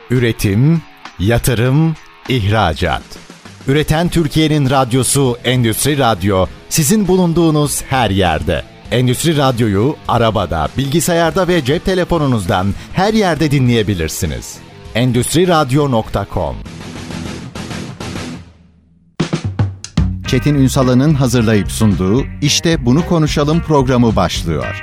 Üretim, yatırım, ihracat. Üreten Türkiye'nin radyosu Endüstri Radyo, sizin bulunduğunuz her yerde. Endüstri Radyo'yu arabada, bilgisayarda ve cep telefonunuzdan her yerde dinleyebilirsiniz. Endüstriradyo.com. Çetin Ünsal'ın hazırlayıp sunduğu İşte Bunu Konuşalım programı başlıyor.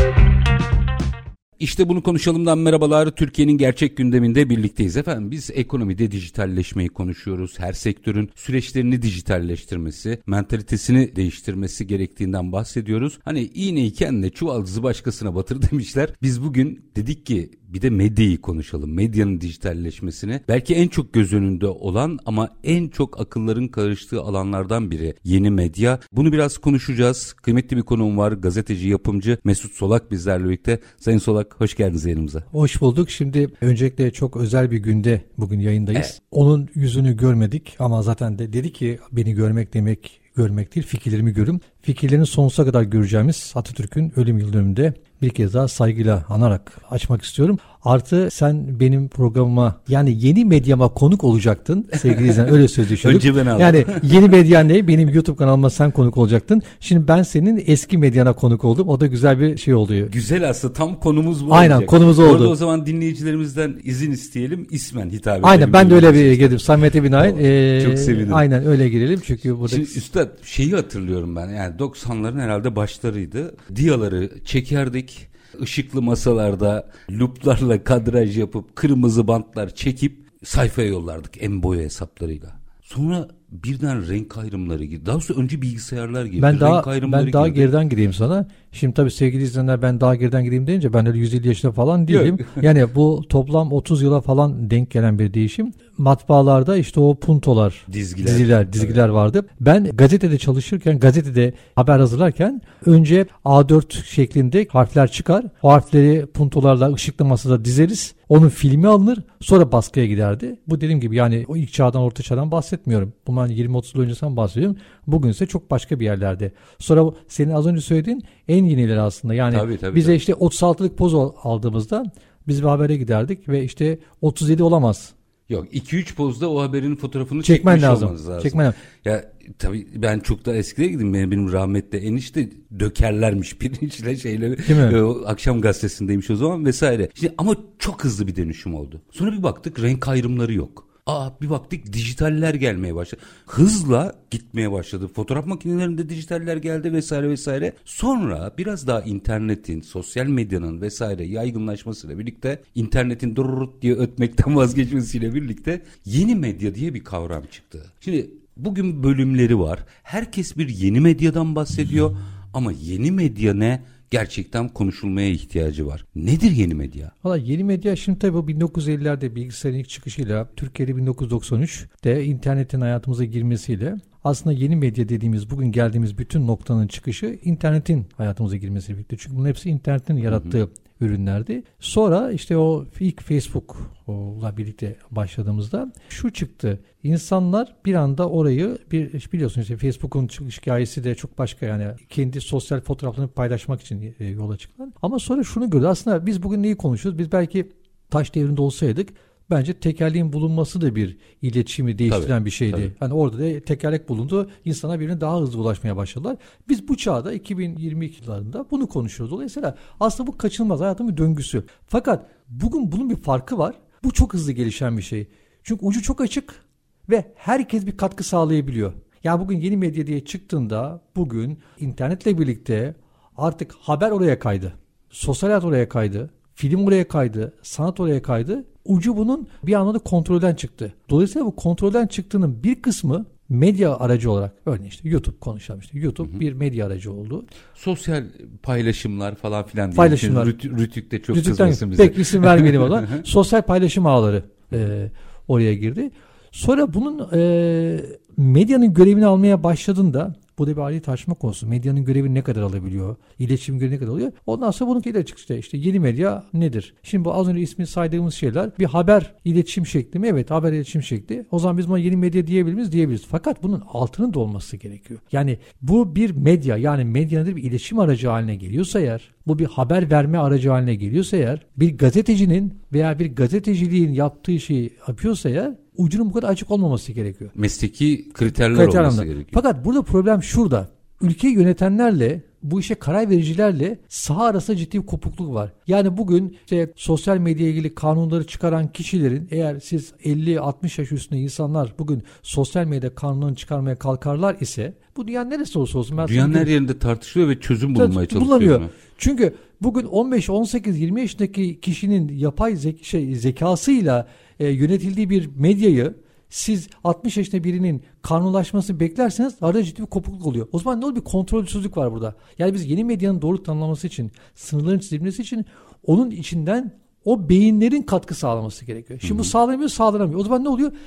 İşte bunu konuşalımdan merhabalar. Türkiye'nin gerçek gündeminde birlikteyiz efendim. Biz ekonomide dijitalleşmeyi konuşuyoruz. Her sektörün süreçlerini dijitalleştirmesi, mentalitesini değiştirmesi gerektiğinden bahsediyoruz. Hani iğneyi kendine, çuvaldızı başkasına batır demişler. Biz bugün dedik ki bir de medyayı konuşalım. Medyanın dijitalleşmesini. Belki en çok göz önünde olan ama en çok akılların karıştığı alanlardan biri yeni medya. Bunu biraz konuşacağız. Kıymetli bir konuğum var. Gazeteci, yapımcı Mesut Solak bizlerle birlikte. Sayın Solak, hoş geldiniz yayınımıza. Hoş bulduk. Şimdi öncelikle çok özel bir günde bugün yayındayız. Evet. Onun yüzünü görmedik ama zaten de dedi ki beni görmek demek görmek değil, fikirlerimi görün. Fikirlerini sonsuza kadar göreceğimiz Atatürk'ün ölüm yıl dönümünde bir kez daha saygıyla anarak açmak istiyorum. Artı sen benim programıma, yani yeni medyama konuk olacaktın sevgili izleyen, öyle sözleşiyorduk. Önce ben aldım. Yani yeni medyan ne? Benim YouTube kanalıma sen konuk olacaktın. Şimdi ben senin eski medyana konuk oldum. O da güzel bir şey oluyor. Güzel, aslında tam konumuz bu. Aynen olacak. konumuz oldu. Orada o zaman dinleyicilerimizden izin isteyelim. İsmen hitap edelim. Aynen, ben de öyle bir girdim. Samet'e binaen. Çok sevinirim. Aynen öyle girelim çünkü burada. Şimdi üstad, şeyi hatırlıyorum ben, yani 90'ların herhalde başlarıydı. Diyaları çekerdik. Işıklı masalarda luplarla kadraj yapıp kırmızı bantlar çekip sayfaya yollardık en-boya hesaplarıyla. Sonra birden renk ayrımları girdi. Daha sonra önce bilgisayarlar girdi. Ben daha geriden gireyim sana. Şimdi tabii sevgili izleyenler, ben daha geriden gireyim deyince ben öyle 150 yaşında falan değilim. Yani bu toplam 30 yıla falan denk gelen bir değişim. Matbaalarda işte o puntolar, dizgiler vardı. Ben gazetede çalışırken, gazetede haber hazırlarken önce A4 şeklinde harfler çıkar. O harfleri puntolarla ışıklı masada dizeriz. Onun filmi alınır, sonra baskıya giderdi. Bu dediğim gibi yani o ilk çağdan, orta çağdan bahsetmiyorum. Bundan 20-30 yıl öncesinden bahsediyorum. Bugün ise çok başka bir yerlerde. Sonra senin az önce söylediğin en yenileri aslında. Yani bize işte 36'lık poz aldığımızda biz bir habere giderdik ve işte 37 olamaz. Yok, 2-3 pozda o haberin fotoğrafını çekmen lazım. Çekmen lazım. Ya tabii ben çok da eskide gittim. Benim rahmetli enişte dökerlermiş pirinçle şeyleri. Akşam gazetesindeymiş o zaman vesaire. İşte ama çok hızlı bir dönüşüm oldu. Sonra bir baktık renk ayrımları yok. Bir baktık dijitaller gelmeye başladı. Hızla gitmeye başladı. Fotoğraf makinelerinde dijitaller geldi vesaire vesaire. Sonra biraz daha internetin, sosyal medyanın vesaire yaygınlaşmasıyla birlikte, internetin dururut diye ötmekten vazgeçmesiyle birlikte yeni medya diye bir kavram çıktı. Şimdi bugün bölümleri var. Herkes bir yeni medyadan bahsediyor ama yeni medya ne? Gerçekten konuşulmaya ihtiyacı var. Nedir yeni medya? Valla yeni medya şimdi tabii bu 1950'lerde bilgisayarın ilk çıkışıyla, Türkiye'de 1993'te internetin hayatımıza girmesiyle aslında yeni medya dediğimiz, bugün geldiğimiz bütün noktanın çıkışı internetin hayatımıza girmesiyle birlikte. Çünkü bunun hepsi internetin yarattığı ürünlerdi. Sonra işte o ilk Facebook'la birlikte başladığımızda şu çıktı. İnsanlar bir anda orayı biliyorsunuz işte Facebook'un çıkış hikayesi de çok başka, yani kendi sosyal fotoğraflarını paylaşmak için yola çıktılar. Ama sonra şunu gördü. Aslında biz bugün neyi konuşuyoruz? Biz belki taş devrinde olsaydık bence tekerleğin bulunması da bir iletişimi değiştiren bir şeydi. Tabii. Hani orada da tekerlek bulundu. İnsanlar birbirine daha hızlı ulaşmaya başladılar. Biz bu çağda 2022 yıllarında bunu konuşuyoruz. Dolayısıyla aslında bu kaçınılmaz, hayatın bir döngüsü. Fakat bugün bunun bir farkı var. Bu çok hızlı gelişen bir şey. Çünkü ucu çok açık ve herkes bir katkı sağlayabiliyor. Yani bugün yeni medya diye çıktığında, bugün internetle birlikte artık haber oraya kaydı. Sosyal hayat oraya kaydı. Film oraya kaydı. Sanat oraya kaydı. Ucu bunun bir anlamda kontrolden çıktı. Dolayısıyla bu kontrolden çıktığının bir kısmı medya aracı olarak, örneğin işte YouTube konuşalım, işte YouTube bir medya aracı oldu. Sosyal paylaşımlar falan filan. Paylaşımlar. Rütük'te çok kızmasın bize. Pek isim vermeyelim ona. Sosyal paylaşım ağları oraya girdi. Sonra bunun medyanın görevini almaya başladığında Bu da bir ayrı tartışma konusu. Medyanın görevi ne kadar alabiliyor? İletişim görevi ne kadar alıyor? Ondan sonra bununki de açık işte yeni medya nedir? Şimdi bu az önce ismini saydığımız şeyler bir haber iletişim şekli mi? Evet, haber iletişim şekli. O zaman biz buna yeni medya diyebilir miyiz? Diyebiliriz. Fakat bunun altının da olması gerekiyor. Yani bu bir medya, yani medyanın bir iletişim aracı haline geliyorsa eğer, bu bir haber verme aracı haline geliyorsa eğer, bir gazetecinin veya bir gazeteciliğin yaptığı şeyi yapıyorsa eğer, ucunun bu kadar açık olmaması gerekiyor. Mesleki kriterler olması gerekiyor. Fakat burada problem şurada. Ülkeyi yönetenlerle, bu işe karar vericilerle saha arasında ciddi bir kopukluk var. Yani bugün işte sosyal medya ilgili kanunları çıkaran kişilerin, eğer siz 50-60 yaş üstünde insanlar bugün sosyal medya kanunlarını çıkarmaya kalkarlar ise, bu dünyanın neresi olsa olsun. Dünyanın her yerinde tartışılıyor ve çözüm bulunmaya çalışıyor. Çünkü bugün 15, 18, 20 yaşındaki kişinin yapay zekasıyla yönetildiği bir medyayı siz 60 yaşında birinin kanunlaşmasını beklerseniz arada ciddi bir kopukluk oluyor. O zaman ne olur, bir kontrolsüzlük var burada. Yani biz yeni medyanın doğru tanımlaması için, sınırların çizilmesi için onun içinden o beyinlerin katkı sağlaması gerekiyor. Şimdi bu sağlanamıyor. O zaman ne oluyor?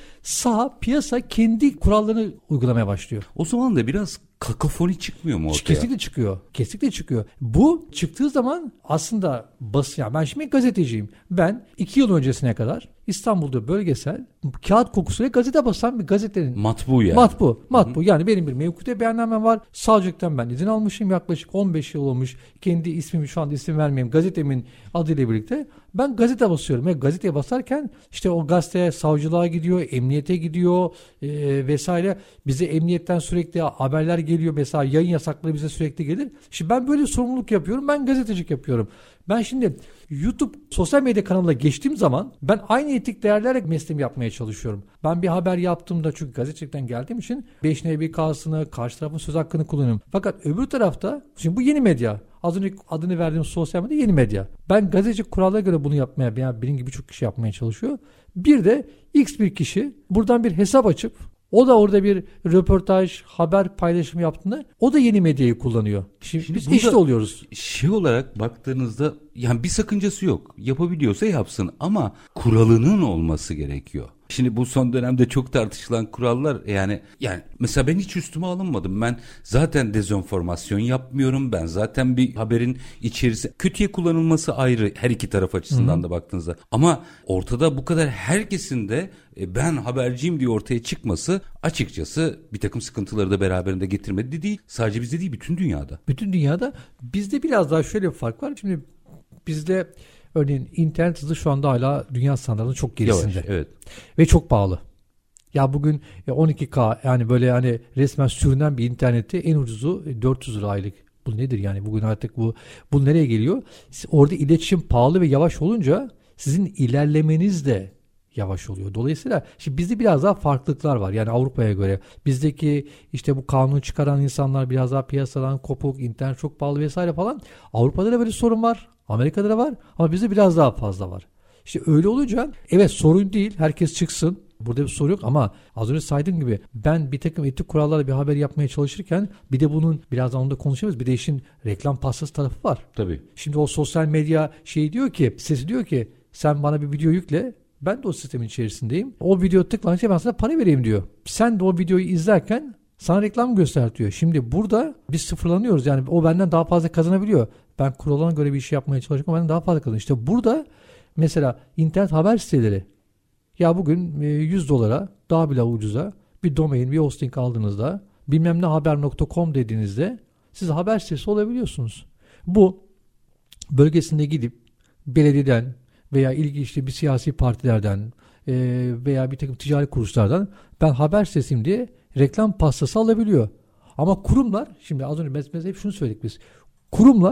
Piyasa kendi kurallarını uygulamaya başlıyor. O zaman da biraz kakafoni çıkmıyor mu ortaya? Kesinlikle çıkıyor. Bu çıktığı zaman aslında yani ben şimdi gazeteciyim. Ben 2 yıl öncesine kadar İstanbul'da bölgesel kağıt kokusuyla gazete basan bir gazetenin matbu yani. Matbu. Yani benim bir mevkute beyannamem var. Savcılıktan ben izin almışım. Yaklaşık 15 yıl olmuş. Kendi ismimi şu anda isim vermeyeyim. Gazetemin adıyla birlikte ben gazete basıyorum. Ve gazeteye basarken işte o gazete savcılığa gidiyor, emniyete gidiyor vesaire. Bize emniyetten sürekli haberler geliyor. Mesela yayın yasakları bize sürekli gelir. Şimdi ben böyle sorumluluk yapıyorum. Ben gazetecilik yapıyorum. Ben şimdi YouTube sosyal medya kanalına geçtiğim zaman ben aynı etik değerlerle mesleğimi yapmaya çalışıyorum. Ben bir haber yaptığımda, çünkü gazetecilikten geldiğim için 5 NBK'sını, karşı tarafın söz hakkını kullanıyorum. Fakat öbür tarafta şimdi bu yeni medya. Az önce adını verdiğim sosyal medya yeni medya. Ben gazetecilik kurallara göre bunu yapmaya, veya benim gibi birçok kişi yapmaya çalışıyor. Bir de X bir kişi buradan bir hesap açıp o da orada bir röportaj, haber paylaşımı yaptığında o da yeni medyayı kullanıyor. Şimdi biz eşit oluyoruz. Şey olarak baktığınızda yani bir sakıncası yok. Yapabiliyorsa yapsın ama kuralının olması gerekiyor. Şimdi bu son dönemde çok tartışılan kurallar yani mesela ben hiç üstüme alınmadım. Ben zaten dezenformasyon yapmıyorum. Ben zaten bir haberin içerisi kötüye kullanılması ayrı, her iki taraf açısından da baktığınızda. Ama ortada bu kadar herkesin de ben haberciyim diye ortaya çıkması açıkçası bir takım sıkıntıları da beraberinde getirmedi değil. Sadece bizde değil, bütün dünyada. Bütün dünyada. Bizde biraz daha şöyle bir fark var. Şimdi bizde örneğin internet hızı şu anda hala dünya standartının çok gerisinde. Yavaş, evet. Ve çok pahalı. Ya bugün 12K, yani böyle hani resmen sürünen bir interneti en ucuzu 400 lira aylık. Bu nedir yani bugün artık bu nereye geliyor? Orada iletişim pahalı ve yavaş olunca sizin ilerlemeniz de yavaş oluyor. Dolayısıyla şimdi bizde biraz daha farklılıklar var. Yani Avrupa'ya göre. Bizdeki işte bu kanunu çıkaran insanlar biraz daha piyasadan kopuk, internet çok pahalı vesaire falan. Avrupa'da da böyle sorun var. Amerika'da da var. Ama bizde biraz daha fazla var. İşte öyle olunca evet, sorun değil. Herkes çıksın. Burada bir soru yok ama az önce saydığım gibi ben bir takım etik kurallarla bir haber yapmaya çalışırken bir de bunun birazdan onu da konuşacağız. Bir de işin reklam pastası tarafı var. Tabii. Şimdi o sosyal medya sitesi diyor ki sen bana bir video yükle. Ben de o sistemin içerisindeyim. O video tıklanınca ben sana para vereyim diyor. Sen de o videoyu izlerken sana reklam göstertiyor. Şimdi burada biz sıfırlanıyoruz. Yani o benden daha fazla kazanabiliyor. Ben kuralına göre bir iş yapmaya çalışıyorum. Benden daha fazla kazanıyor. İşte burada mesela internet haber siteleri, ya bugün 100 dolara daha bile ucuza bir domain, bir hosting aldığınızda bilmem ne haber.com dediğinizde siz haber sitesi olabiliyorsunuz. Bu bölgesinde gidip belediyeden veya ilgili işte bir siyasi partilerden veya bir takım ticari kuruluşlardan ben haber sitesiyim diye reklam pastası alabiliyor. Ama kurumlar, şimdi az önce mesela hep şunu söyledik biz. Kurumlar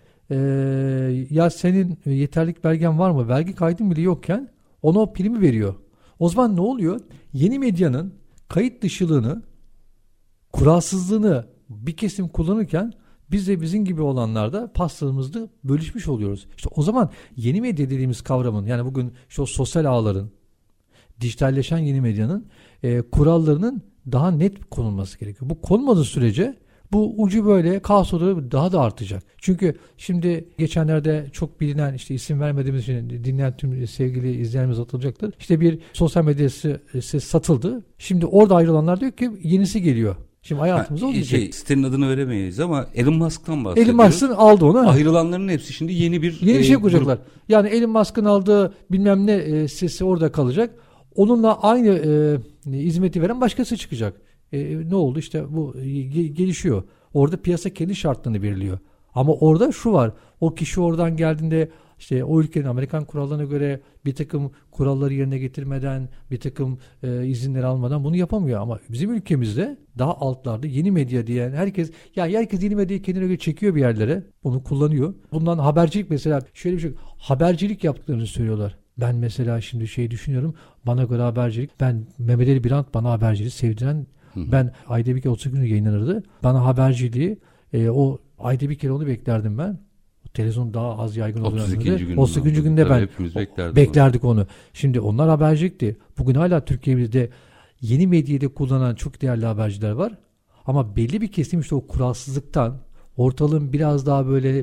ya senin yeterlilik belgen var mı? Vergi kaydın bile yokken ona o primi veriyor. O zaman ne oluyor? Yeni medyanın kayıt dışılığını, kuralsızlığını bir kesim kullanırken biz de bizim gibi olanlar da pastamızda bölüşmüş oluyoruz. İşte o zaman yeni medya dediğimiz kavramın, yani bugün işte o sosyal ağların, dijitalleşen yeni medyanın kurallarının daha net konulması gerekiyor. Bu konulmadığı sürece bu ucu böyle kaos odaları daha da artacak. Çünkü şimdi geçenlerde çok bilinen, işte isim vermediğimiz için dinleyen tüm sevgili izleyenlerimiz hatırlayacaktır. İşte bir sosyal medyası satıldı. Şimdi orada ayrılanlar diyor ki yenisi geliyor. Şimdi hayatımız olmayacak. Sitenin adını veremeyiz ama Elon Musk'tan bahsediyoruz. Elon Musk'ın aldı onu. Ayrılanların hepsi şimdi yeni bir şey kuracaklar. Grup. Yani Elon Musk'ın aldığı bilmem ne sitesi orada kalacak. Onunla aynı hizmeti veren başkası çıkacak. Ne oldu? İşte bu gelişiyor. Orada piyasa kendi şartlarını belirliyor. Ama orada şu var. O kişi oradan geldiğinde işte o ülkenin Amerikan kurallarına göre bir takım kuralları yerine getirmeden, bir takım izinleri almadan bunu yapamıyor. Ama bizim ülkemizde daha altlarda yeni medya diyen herkes yeni medyayı kendine göre çekiyor bir yerlere. Bunu kullanıyor. Bundan habercilik mesela şöyle bir şey. Habercilik yaptıklarını söylüyorlar. Ben mesela şimdi düşünüyorum. Bana göre habercilik. Ben Mehmet Ali Birant bana haberciliği sevdiren. Ben ayda bir kere 30 günü yayınlanırdı. Bana haberciliği o ayda bir kere onu beklerdim ben. Televizyon daha az yaygın olduğu 32. günde ben beklerdik onu. Şimdi onlar habercilikti. Bugün hala Türkiye'mizde yeni medyayı kullanan çok değerli haberciler var. Ama belli bir kesim işte o kuralsızlıktan, ortalığın biraz daha böyle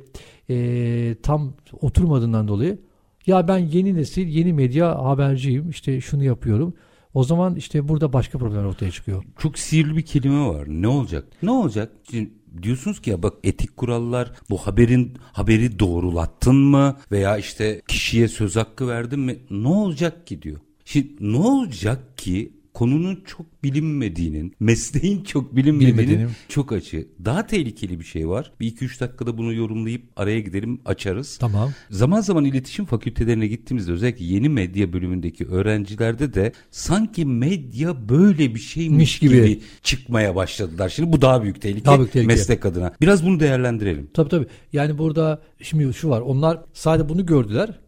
tam oturmadığından dolayı ben yeni nesil, yeni medya haberciyim, işte şunu yapıyorum. O zaman işte burada başka problemler ortaya çıkıyor. Çok sihirli bir kelime var. Ne olacak? Ne olacak? Şimdi diyorsunuz ki bak etik kurallar, bu haberi doğrulattın mı veya işte kişiye söz hakkı verdin mi? Ne olacak ki diyor. Şimdi ne olacak ki konunun çok bilinmediğinin, mesleğin çok bilinmediğinin çok açığı. Daha tehlikeli bir şey var. Bir 2-3 dakikada bunu yorumlayıp araya gidelim, açarız. Tamam. Zaman zaman iletişim fakültelerine gittiğimizde özellikle yeni medya bölümündeki öğrencilerde de sanki medya böyle bir şeymiş gibi çıkmaya başladılar. Şimdi bu daha büyük tehlike meslek adına. Biraz bunu değerlendirelim. Tabii. Yani burada şimdi şu var. Onlar sadece bunu gördüler.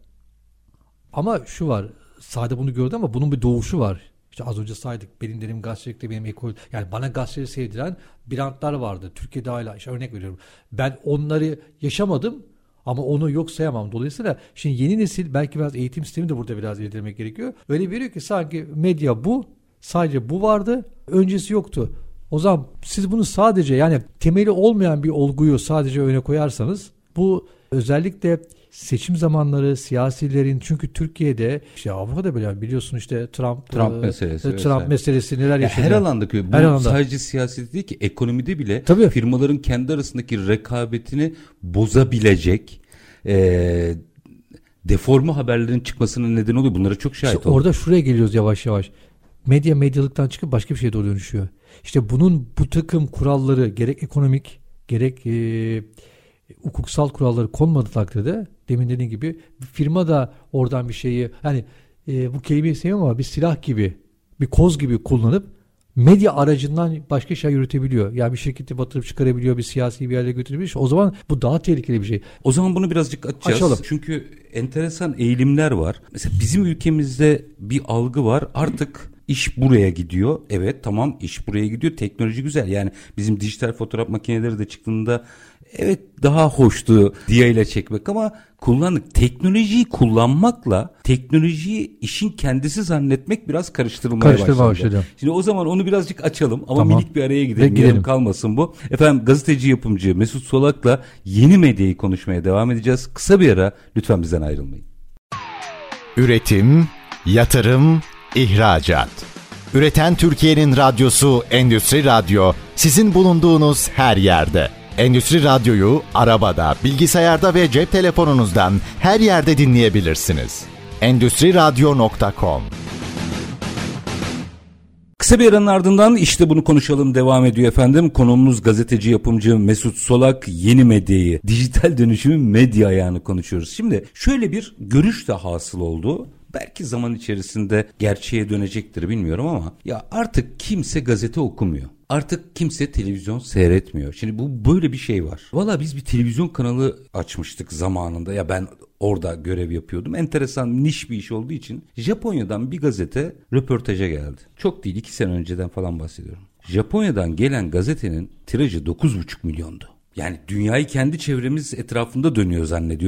Ama şu var. Sadece bunu gördü ama bunun bir doğuşu var. İşte az önce saydık. Benim gazetecilikte benim ekol, yani bana gazeteleri sevdiren Birantlar vardı. Türkiye'de hala işte örnek veriyorum. Ben onları yaşamadım ama onu yok sayamam. Dolayısıyla şimdi yeni nesil belki biraz eğitim sistemi de burada biraz irdelemek gerekiyor. Öyle veriyor ki sanki medya sadece bu vardı. Öncesi yoktu. O zaman siz bunu sadece yani temeli olmayan bir olguyu sadece öne koyarsanız bu özellikle seçim zamanları siyasilerin, çünkü Türkiye'de işte Avrupa'da böyle biliyorsun işte Trump meselesi neler yaşanıyor. Her alanda bu her alanda. Sadece siyaset değil ki ekonomide bile firmaların kendi arasındaki rekabetini bozabilecek deforme haberlerin çıkmasının nedeni oluyor. Bunlara çok şahit olduk. Orada şuraya geliyoruz yavaş yavaş. Medyalıktan çıkıp başka bir şeye doğru dönüşüyor. İşte bunun bu takım kuralları gerek ekonomik gerek hukuksal kuralları konmadığı takdirde demin dediğim gibi firma da oradan bir şeyi bu kelimeyi sevmiyorum ama bir silah gibi bir koz gibi kullanıp medya aracından başka şey yürütebiliyor. Yani bir şirketi batırıp çıkarabiliyor, bir siyasi bir yerle götürebiliyor. O zaman bu daha tehlikeli bir şey. O zaman bunu birazcık açalım. Çünkü enteresan eğilimler var. Mesela bizim ülkemizde bir algı var. Artık İş buraya gidiyor. Evet tamam, iş buraya gidiyor. Teknoloji güzel. Yani bizim dijital fotoğraf makineleri de çıktığında evet daha hoştu Dia ile çekmek ama kullandık. Teknolojiyi kullanmakla teknolojiyi işin kendisi zannetmek biraz karıştırılmaya başladı. Şimdi o zaman onu birazcık açalım ama minik bir araya gidelim. Yarım kalmasın bu. Efendim gazeteci yapımcı Mesut Solak'la yeni medyayı konuşmaya devam edeceğiz. Kısa bir ara, lütfen bizden ayrılmayın. Üretim, yatırım, İhracat. Üreten Türkiye'nin radyosu Endüstri Radyo, sizin bulunduğunuz her yerde. Endüstri Radyo'yu arabada, bilgisayarda ve cep telefonunuzdan her yerde dinleyebilirsiniz. Endüstriradyo.com. Kısa bir aranın ardından işte bunu konuşalım devam ediyor efendim. Konuğumuz gazeteci yapımcı Mesut Solak. Yeni medyayı, dijital dönüşümün medya ayağını konuşuyoruz. Şimdi şöyle bir görüş de hasıl oldu. Belki zaman içerisinde gerçeğe dönecektir bilmiyorum ama ya artık kimse gazete okumuyor. Artık kimse televizyon seyretmiyor. Şimdi bu böyle bir şey var. Valla biz bir televizyon kanalı açmıştık zamanında. Ya ben orada görev yapıyordum. Enteresan niş bir iş olduğu için Japonya'dan bir gazete röportaja geldi. Çok değil, 2 sene önceden falan bahsediyorum. Japonya'dan gelen gazetenin tirajı 9,5 milyondu. Yani dünyayı kendi çevremiz etrafında dönüyor zannediyoruz.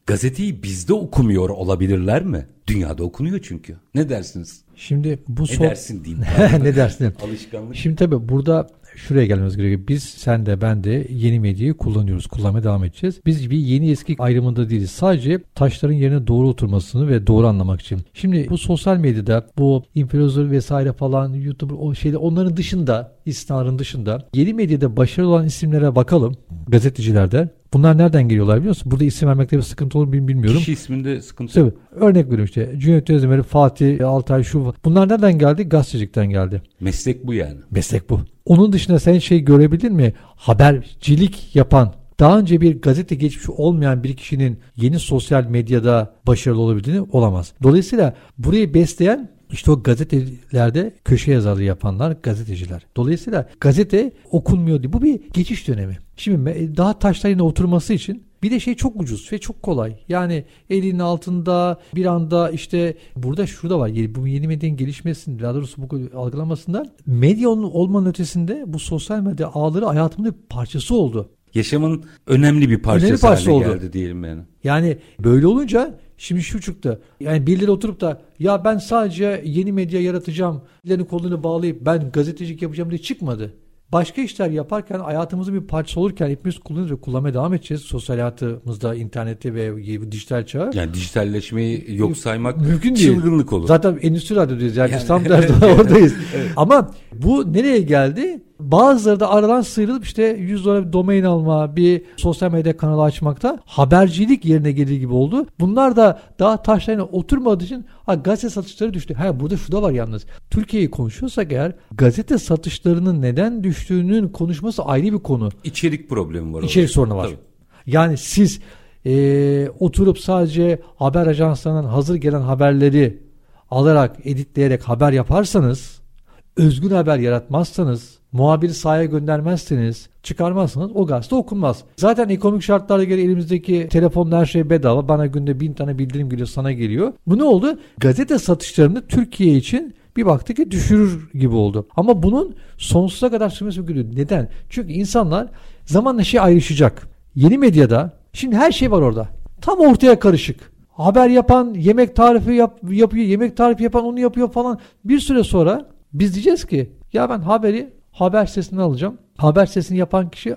gazeteyi bizde okumuyor olabilirler mi? Dünyada okunuyor çünkü. Ne dersiniz? Şimdi bu ne dersin diyeyim. Ne dersin? Alışkanlık. Şimdi tabii burada şuraya gelmemiz gerekiyor. Biz, sen de ben de yeni medyayı kullanıyoruz. Kullanmaya devam edeceğiz. Biz bir yeni eski ayrımında değiliz. Sadece taşların yerine doğru oturmasını ve doğru anlamak için. Şimdi bu sosyal medyada bu influencer vesaire falan, YouTuber o şeyde, onların dışında, istisnaların dışında yeni medyada başarılı olan isimlere bakalım. Gazetecilerden. Bunlar nereden geliyorlar biliyor musun? Burada isim vermekte bir sıkıntı olur mu bilmiyorum. Kişi isminde sıkıntı. Tabii. Örnek veriyorum işte. Cüneyt Özdemir, Fatih Altay, şu. Bunlar nereden geldi? Gazetecilikten geldi. Meslek bu yani. Meslek bu. Onun dışında sen şey görebildin mi? Habercilik yapan, daha önce bir gazete geçmişi olmayan bir kişinin yeni sosyal medyada başarılı olabildiğini olamaz. Dolayısıyla burayı besleyen işte o gazetelerde köşe yazarlığı yapanlar gazeteciler. Dolayısıyla gazete okunmuyor diye. Bu bir geçiş dönemi. Şimdi daha taşlarına oturması için bir de şey çok ucuz ve çok kolay. Yani elinin altında bir anda işte burada şurada var. Bu yeni medyanın gelişmesinin, daha doğrusu bu algılamasında medya olmanın ötesinde bu sosyal medya ağları hayatımın bir parçası oldu. Yaşamın önemli bir parçası haline geldi diyelim yani. Yani böyle olunca şimdi şu çıktı. Yani birileri oturup da ya ben sadece yeni medya yaratacağım, ellerini kolunu bağlayıp ben gazetecilik yapacağım diye çıkmadı. Başka işler yaparken, hayatımızın bir parçası olurken hepimiz kullanıyoruz ve kullanmaya devam edeceğiz. Sosyal hayatımızda, internette ve dijital çağı. Yani dijitalleşmeyi yok saymak mümkün değil. Çılgınlık olur. Zaten endüstri radyodayız yani biz tam derdi oradayız. Evet. Ama bu nereye geldi? Bazıları da aradan sıyrılıp işte $100 bir domain alma, bir sosyal medya kanalı açmakta habercilik yerine gelir gibi oldu. Bunlar da daha taşlarına oturmadığı için gazete satışları düştü. Burada şu da var yalnız. Türkiye'yi konuşuyorsak eğer gazete satışlarının neden düştüğünün konuşması ayrı bir konu. İçerik problemi var. İçerik sorunu var. Tabii. Yani siz oturup sadece haber ajanslarından hazır gelen haberleri alarak, editleyerek haber yaparsanız, özgün haber yaratmazsanız, muhabiri sahaya göndermezseniz, çıkarmazsanız o gazete okunmaz. Zaten ekonomik şartlara göre elimizdeki telefonla her şey bedava. Bana günde 1000 tane bildirim geliyor, sana geliyor. Bu ne oldu? Gazete satışlarını Türkiye için bir baktık ki düşürür gibi oldu. Ama bunun sonsuza kadar sürmesi mümkün. Neden? Çünkü insanlar zamanla ayrışacak. Yeni medyada şimdi her şey var orada. Tam ortaya karışık. Haber yapan yemek tarifi yapıyor. Yemek tarifi yapan onu yapıyor falan. Bir süre sonra biz diyeceğiz ki ya ben haber sitesinden alacağım. Haber sitesini yapan kişi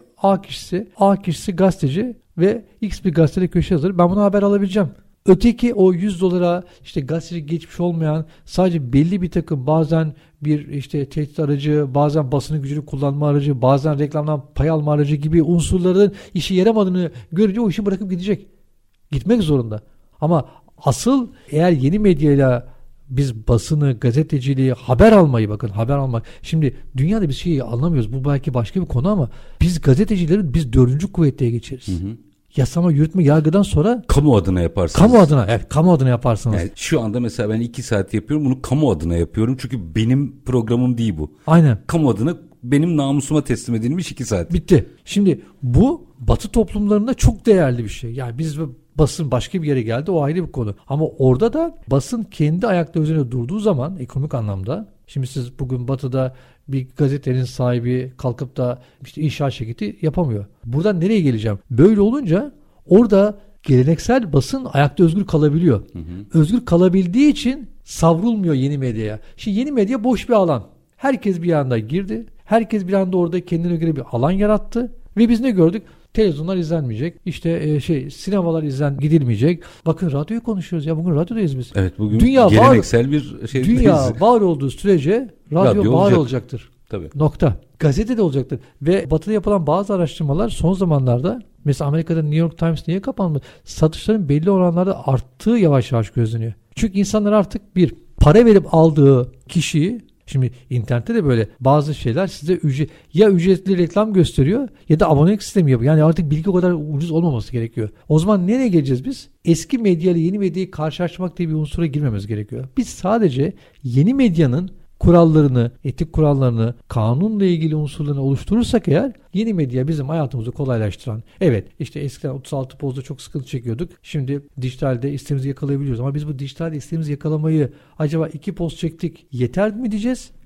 A kişisi gazeteci ve X bir gazetede köşe yazarı. Ben buna haber alabileceğim. Öteki o $100 işte gazeteci geçmiş olmayan, sadece belli bir takım, bazen bir işte tehdit aracı, bazen basının gücünü kullanma aracı, bazen reklamdan pay alma aracı gibi unsurların işe yaramadığını görünce o işi bırakıp gidecek. Gitmek zorunda. Ama asıl eğer yeni medyayla biz basını, gazeteciliği, haber almak. Şimdi dünyada bir şeyi anlamıyoruz. Bu belki başka bir konu ama biz gazetecilerin 4. kuvveteye geçeriz. Hı hı. Yasama, yürütme, yargıdan sonra kamu adına yaparsınız. Kamu adına yaparsınız. Yani şu anda mesela ben 2 saat yapıyorum. Bunu kamu adına yapıyorum. Çünkü benim programım değil bu. Aynen. Kamu adına benim namusuma teslim edilmiş 2 saat. Bitti. Şimdi bu Batı toplumlarında çok değerli bir şey. Yani biz basın başka bir yere geldi, o ayrı bir konu. Ama orada da basın kendi ayakları üzerine durduğu zaman ekonomik anlamda, şimdi siz bugün Batı'da bir gazetenin sahibi kalkıp da işte inşaat şirketi yapamıyor. Buradan nereye geleceğim? Böyle olunca orada geleneksel basın ayakta özgür kalabiliyor. Hı hı. Özgür kalabildiği için savrulmuyor yeni medyaya. Şimdi yeni medya boş bir alan. Herkes bir anda girdi. Herkes bir anda orada kendine göre bir alan yarattı. Ve biz ne gördük? Televizyonlar izlenmeyecek. İşte sinemalar gidilmeyecek. Bakın radyoyu konuşuyoruz ya. Bugün radyodayız biz. Evet, bugün geleneksel bir şey. Dünya var olduğu sürece radyo var olacaktır. Tabii. Nokta. Gazete de olacaktır. Ve Batı'da yapılan bazı araştırmalar son zamanlarda, mesela Amerika'da New York Times niye kapandı? Satışların belli oranlarda arttığı yavaş yavaş gözleniyor. Çünkü insanlar artık bir para verip aldığı kişiyi, şimdi internette de böyle bazı şeyler size ücretli reklam gösteriyor ya da abonelik sistemi yapıyor. Yani artık bilgi o kadar ucuz olmaması gerekiyor. O zaman nereye geleceğiz biz? Eski medya ile yeni medyayı karşılaştırmak diye bir unsura girmemiz gerekiyor. Biz sadece yeni medyanın kurallarını, etik kurallarını, kanunla ilgili unsurlarını oluşturursak eğer, yeni medya bizim hayatımızı kolaylaştıran. Evet, işte eskiden 36 pozda çok sıkıntı çekiyorduk. Şimdi dijitalde istediğimizi yakalayabiliyoruz. Ama biz bu dijitalde istediğimizi yakalamayı acaba 2 poz çektik yeter mi diyeceğiz?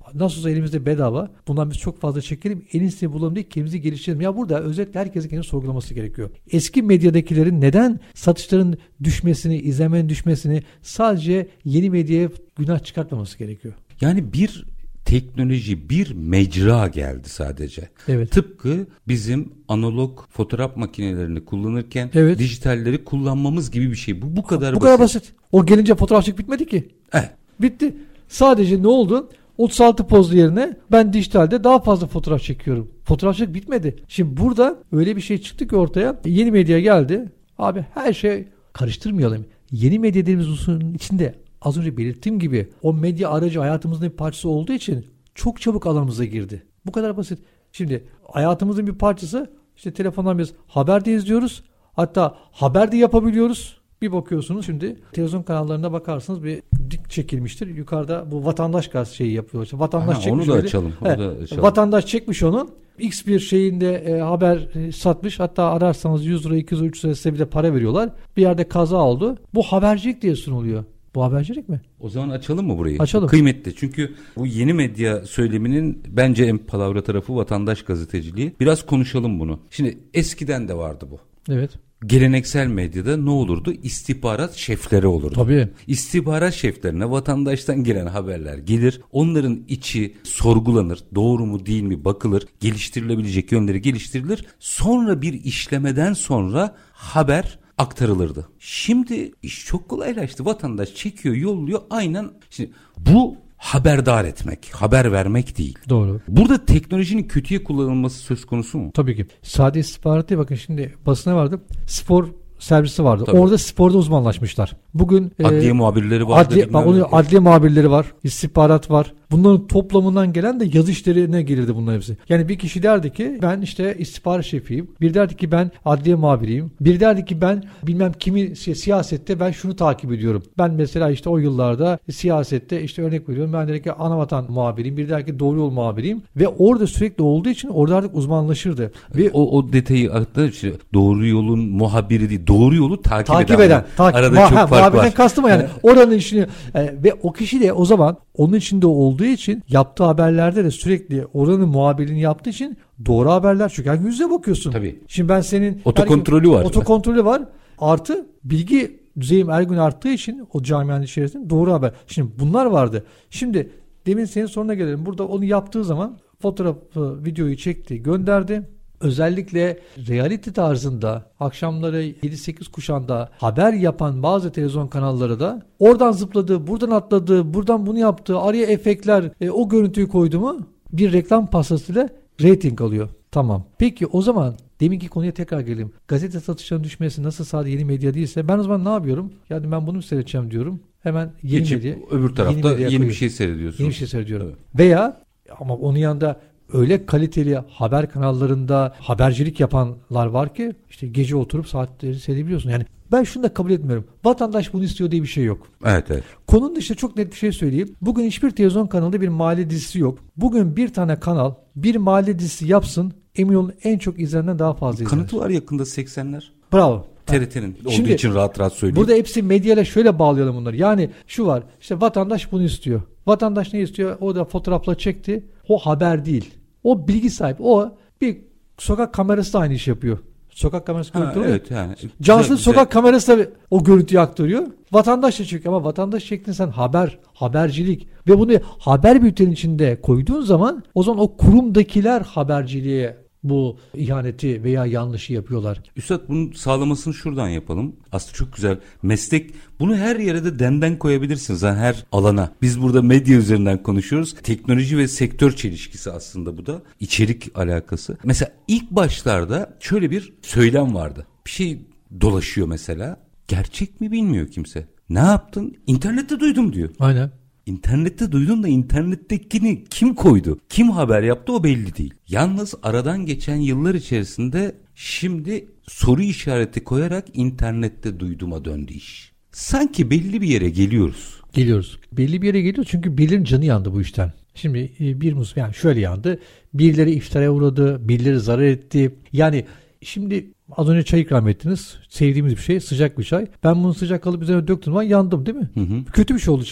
nasılsa elimizde bedava. Bundan biz çok fazla çekelim. En iyisini bulalım diye kendimizi geliştirelim. Ya burada özellikle herkesin kendini sorgulaması gerekiyor. Eski medyadakilerin neden satışların düşmesini, izlemenin düşmesini sadece yeni medyaya günah çıkartmaması gerekiyor? Yani bir teknoloji, bir mecra geldi sadece. Evet. Tıpkı bizim analog fotoğraf makinelerini kullanırken dijitalleri kullanmamız gibi bir şey. Bu kadar basit. Bu kadar basit. O gelince fotoğrafçılık bitmedi ki. Bitti. Sadece ne oldu? 36 pozlu yerine ben dijitalde daha fazla fotoğraf çekiyorum. Fotoğrafçılık bitmedi. Şimdi burada öyle bir şey çıktı ki ortaya. Yeni medya geldi. Abi her şey karıştırmayalım. Yeni medya dediğimiz usulün içinde az önce belirttiğim gibi o medya aracı hayatımızın bir parçası olduğu için çok çabuk alanımıza girdi. Bu kadar basit. Şimdi hayatımızın bir parçası, işte telefondan biz haber de izliyoruz. Hatta haber de yapabiliyoruz. Bir bakıyorsunuz şimdi televizyon kanallarına bakarsınız bir dik çekilmiştir. Yukarıda bu vatandaş gaz şeyi yapıyor. İşte vatandaş çekmiş. Onu da açalım. Vatandaş çekmiş onun. X bir şeyinde haber satmış. Hatta ararsanız 100 lira 200 lira 300 lira size bir de para veriyorlar. Bir yerde kaza oldu. Bu habercilik diye sunuluyor. Bu habercilik mi? O zaman açalım mı burayı? Açalım. Kıymetli. Çünkü bu yeni medya söyleminin bence en palavra tarafı vatandaş gazeteciliği. Biraz konuşalım bunu. Şimdi eskiden de vardı bu. Evet. Geleneksel medyada ne olurdu? İstihbarat şefleri olurdu. Tabii. İstihbarat şeflerine vatandaştan gelen haberler gelir. Onların içi sorgulanır. Doğru mu değil mi bakılır. Geliştirilebilecek yönleri geliştirilir. Sonra bir işlemeden sonra haber aktarılırdı. Şimdi iş çok kolaylaştı. Vatandaş çekiyor, yolluyor. Aynen. Şimdi bu haberdar etmek, haber vermek değil. Doğru. Burada teknolojinin kötüye kullanılması söz konusu mu? Tabii ki. Sadece istihbarat değil, bakın şimdi basına vardı. Spor servisi vardı. Tabii. Orada sporda uzmanlaşmışlar. Bugün adliye muhabirleri vardı. Adliye muhabirleri var, istihbarat var. Bunların toplamından gelen de yazı işlerine gelirdi bunların hepsi. Yani bir kişi derdi ki ben işte istihbarat şefiyim. Bir derdi ki ben adliye muhabiriyim. Bir derdi ki ben bilmem kimi siyasette ben şunu takip ediyorum. Ben mesela işte o yıllarda siyasette işte örnek veriyorum. Ben der ki Anavatan muhabiriyim. Bir der ki Doğru Yol muhabiriyim. Ve orada sürekli olduğu için orada artık uzmanlaşırdı. Ve o detayı aktar. İşte Doğru Yol'un muhabiri değil. Doğru Yol'u takip eden. Arada çok fark var. Kastım yani oranın işini ve o kişi de o zaman onun içinde olduğu için yaptığı haberlerde de sürekli oranın muhabirliğini yaptığı için doğru haberler, çünkü yani yüzüne bakıyorsun. Tabii. Şimdi ben senin otokontrolü var. Otokontrolü var. Artı bilgi düzeyim her gün arttığı için o camianın içerisinde doğru haber. Şimdi bunlar vardı. Şimdi demin senin soruna gelelim. Burada onu yaptığı zaman fotoğrafı, videoyu çekti, gönderdi. Özellikle reality tarzında akşamları 7-8 kuşağında haber yapan bazı televizyon kanalları da oradan zıpladı, buradan atladı, buradan bunu yaptı, araya efektler, o görüntüyü koydu mu bir reklam pastasıyla reyting alıyor. Tamam. Peki o zaman deminki konuya tekrar gelelim. Gazete satışlarının düşmesi nasıl sadece yeni medya değilse ben o zaman ne yapıyorum? Yani ben bunu mu seyredeceğim diyorum. Hemen yeni geçip medya. Öbür tarafta yeni bir şey seyrediyorsun. Yeni bir şey seyrediyorum. Evet. Veya ama onun yanında öyle kaliteli haber kanallarında habercilik yapanlar var ki işte gece oturup saatleri seyredebiliyorsun. Yani ben şunu da kabul etmiyorum. Vatandaş bunu istiyor diye bir şey yok. Evet. Konunun dışında çok net bir şey söyleyeyim. Bugün hiçbir televizyon kanalında bir mahalle dizisi yok. Bugün bir tane kanal bir mahalle dizisi yapsın, emin olun en çok izlenenden daha fazla izlenir. Kanıtı var yakında 80'ler. Bravo. TRT'nin olduğu için rahat söyleyeyim. Burada hepsi medyayla şöyle bağlayalım bunları. Yani şu var, işte vatandaş bunu istiyor. Vatandaş ne istiyor? O da fotoğrafla çekti. O haber değil. O bilgi sahibi. O bir sokak kamerası da aynı iş yapıyor. Sokak kamerası görüntü oluyor. Evet yani. Cansız sokak kamerası da o görüntüyü aktarıyor. Vatandaş da çekiyor ama vatandaş çektiğin sen habercilik ve bunu haber bültenin içinde koyduğun zaman o zaman o kurumdakiler haberciliğe bu ihaneti veya yanlışı yapıyorlar. Üstad bunun sağlamasını şuradan yapalım. Aslında çok güzel meslek. Bunu her yere de demden koyabilirsiniz. Yani her alana. Biz burada medya üzerinden konuşuyoruz. Teknoloji ve sektör çelişkisi aslında bu da. İçerik alakası. Mesela ilk başlarda şöyle bir söylem vardı. Bir şey dolaşıyor mesela. Gerçek mi bilmiyor kimse. Ne yaptın? İnternette duydum diyor. Aynen. İnternette duydun da internettekini kim koydu? Kim haber yaptı o belli değil. Yalnız aradan geçen yıllar içerisinde şimdi soru işareti koyarak internette duyduğuma döndü iş. Sanki belli bir yere geliyoruz. Belli bir yere geliyoruz çünkü birilerinin canı yandı bu işten. Şimdi yani şöyle yandı. Birileri iftara uğradı, birileri zarar etti. Yani şimdi az önce çay ikram ettiniz. Sevdiğimiz bir şey, sıcak bir çay. Ben bunu sıcak alıp üzerine döktüm ama yandım değil mi? Hı. Kötü bir şey oldu çay.